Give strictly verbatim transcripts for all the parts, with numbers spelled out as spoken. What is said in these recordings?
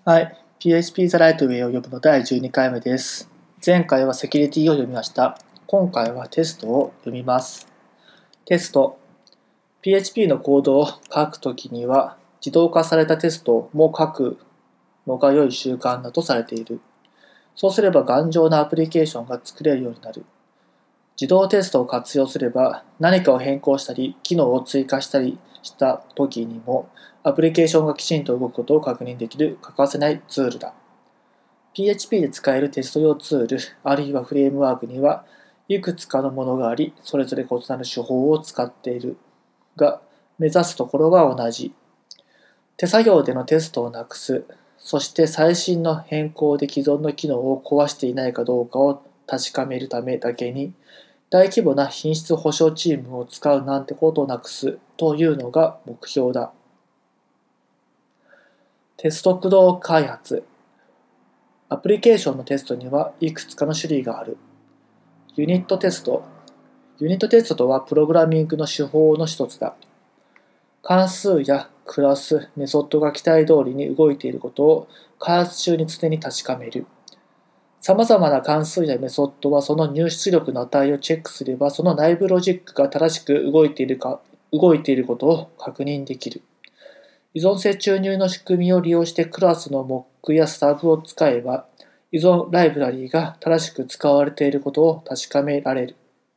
はい。ピーエイチピー The Right Way を読むのだいじゅうにかいめです。前回はセキュリティを読みました。今回はテストを読みます。テスト。ピーエイチピー のコードを書くときには、自動化されたテストも書くのが良い習慣だとされている。そうすれば頑丈なアプリケーションが作れるようになる。自動テストを活用すれば、何かを変更したり、機能を追加したりしたときにも、アプリケーションがきちんと動くことを確認できる欠かせないツールだ。ピーエイチピー で使えるテスト用ツール、あるいはフレームワークにはいくつかのものがあり、それぞれ異なる手法を使っているが、目指すところが同じ。手作業でのテストをなくす、そして最新の変更で既存の機能を壊していないかどうかを確かめるためだけに、大規模な品質保証チームを使うなんてことをなくすというのが目標だ。テスト駆動開発。アプリケーションのテストにはいくつかの種類がある。ユニットテスト。ユニットテストとはプログラミングの手法の一つだ。関数やクラス、メソッドが期待通りに動いていることを開発中に常に確かめる。さまざまな関数やメソッドはその入出力の値をチェックすれば、その内部ロジックが正しく動いているか、動いていることを確認できる。依存性注入の仕組みを利用してクラスのモックやスタブを使えば、依存ライブラリーが正しく使われていることを確かめられる。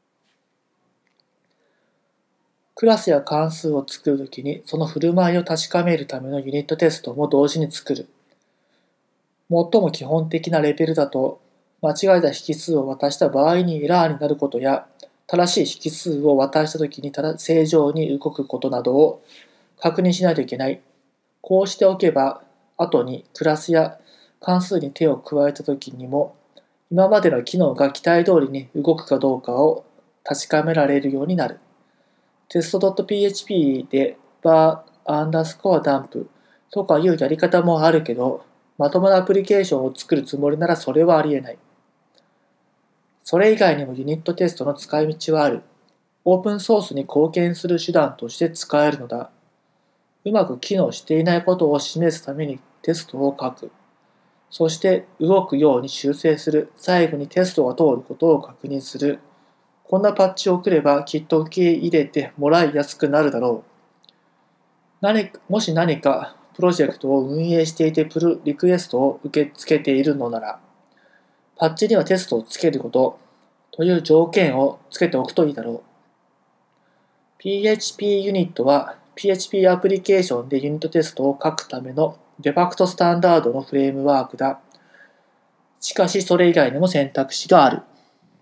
クラスや関数を作るときに、その振る舞いを確かめるためのユニットテストも同時に作る。最も基本的なレベルだと、間違えた引数を渡した場合にエラーになることや、正しい引数を渡したときに正常に動くことなどを確認しないといけない。こうしておけば、後にクラスや関数に手を加えたときにも、今までの機能が期待通りに動くかどうかを確かめられるようになる。テスト .php で bar アンダースコアダンプとかいうやり方もあるけど、まともなアプリケーションを作るつもりならそれはありえない。それ以外にもユニットテストの使い道はある。オープンソースに貢献する手段として使えるのだ。うまく機能していないことを示すためにテストを書く。そして動くように修正する。最後にテストが通ることを確認する。こんなパッチを送ればきっと受け入れてもらいやすくなるだろう。何もし何かプロジェクトを運営していてプルリクエストを受け付けているのなら、パッチにはテストをつけることという条件をつけておくといいだろう。ピーエイチピー ユニットは ピーエイチピー アプリケーションでユニットテストを書くためのデファクトスタンダードのフレームワークだ。しかしそれ以外にも選択肢がある。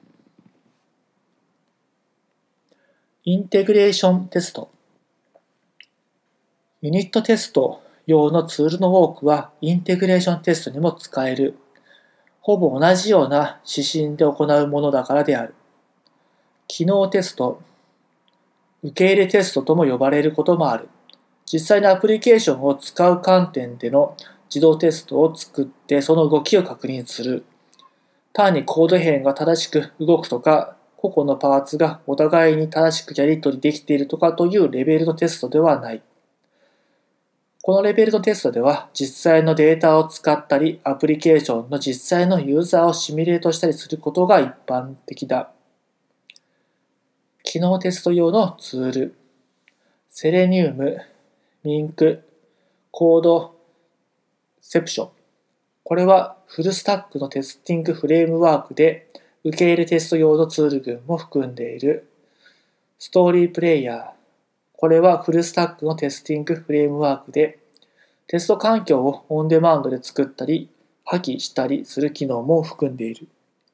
インテグレーションテスト。ユニットテスト用のツールの多くはインテグレーションテストにも使える。ほぼ同じような指針で行うものだからである。機能テスト、受け入れテストとも呼ばれることもある。実際のアプリケーションを使う観点での自動テストを作ってその動きを確認する。単にコード変が正しく動くとか、個々のパーツがお互いに正しくやり取りできているとかというレベルのテストではない。このレベルのテストでは実際のデータを使ったり、アプリケーションの実際のユーザーをシミュレートしたりすることが一般的だ。機能テスト用のツール、セレニウム、ミンク、コードセプション。これはフルスタックのテスティングフレームワークで受け入れテスト用のツール群も含んでいる。ストーリープレイヤー。これはフルスタックのテスティングフレームワークでテスト環境をオンデマンドで作ったり破棄したりする機能も含んでいる。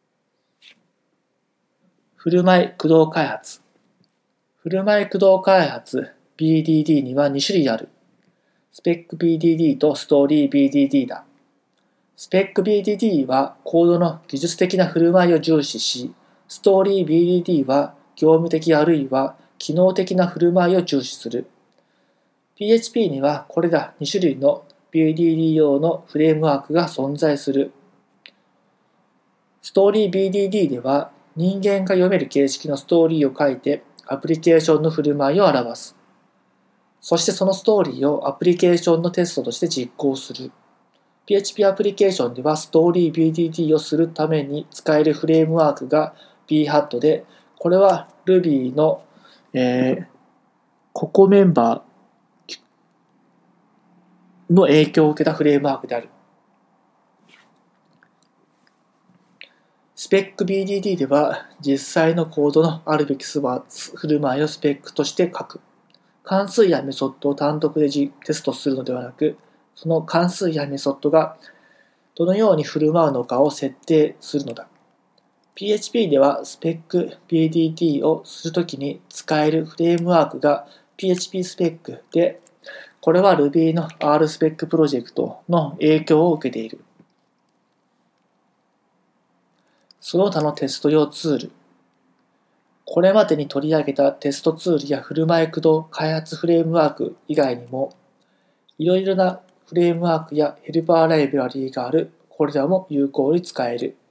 振る舞い駆動開発。振る舞い駆動開発 ビーディーディー にはに種類ある。スペック ビーディーディー とストーリー ビーディーディー だ。スペック ビーディーディー はコードの技術的な振る舞いを重視し、ストーリー ビーディーディー は業務的あるいは機能的な振る舞いを重視する。ピーエイチピー にはこれらに種類の ビーディーディー 用のフレームワークが存在する。ストーリー ビーディーディー では人間が読める形式のストーリーを書いてアプリケーションの振る舞いを表す。そしてそのストーリーをアプリケーションのテストとして実行する。 ピーエイチピー アプリケーションではストーリー ビーディーティー をするために使えるフレームワークが ビーハット で、これは Ruby の、えー、ココメンバーの影響を受けたフレームワークである。スペック ビーディーティー では実際のコードのあるべき振る舞いをスペックとして書く。関数やメソッドを単独でテストするのではなく、その関数やメソッドがどのように振る舞うのかを設定するのだ。ピーエイチピー ではスペック ビーディーティー をするときに使えるフレームワークが ピーエイチピー スペックで、これは Ruby の R スペックプロジェクトの影響を受けている。その他のテスト用ツール。これまでに取り上げたテストツールや振る舞い駆動開発フレームワーク以外にも、いろいろなフレームワークやヘルパーライブラリーがある。これらも有効に使える。